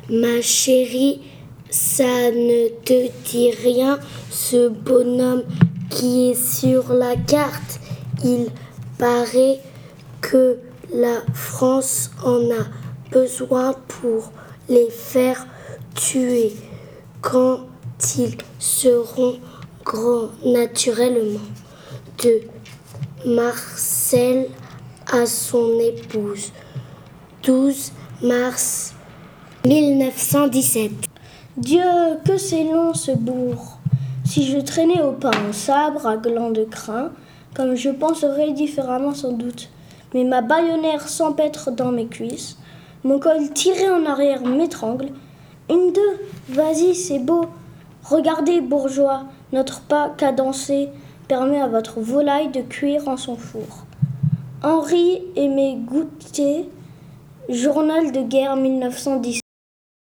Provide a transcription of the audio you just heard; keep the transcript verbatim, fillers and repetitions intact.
Ma chérie, ça ne te dit rien, ce bonhomme qui est sur la carte. Il paraît que la France en a besoin pour les faire tuer quand ils seront grands naturellement. De Marcel à son épouse. douze mars mille neuf cent dix-sept. Dieu, que c'est long ce bourg. Si je traînais au pas un sabre à gland de crin, comme je penserais différemment sans doute. Mais ma baïonnière s'empêtre dans mes cuisses, mon col tiré en arrière m'étrangle. Une, deux, vas-y, c'est beau. Regardez, bourgeois, notre pas cadencé permet à votre volaille de cuire en son four. Henri Aimé Goutet, Journal de guerre mille neuf cent dix.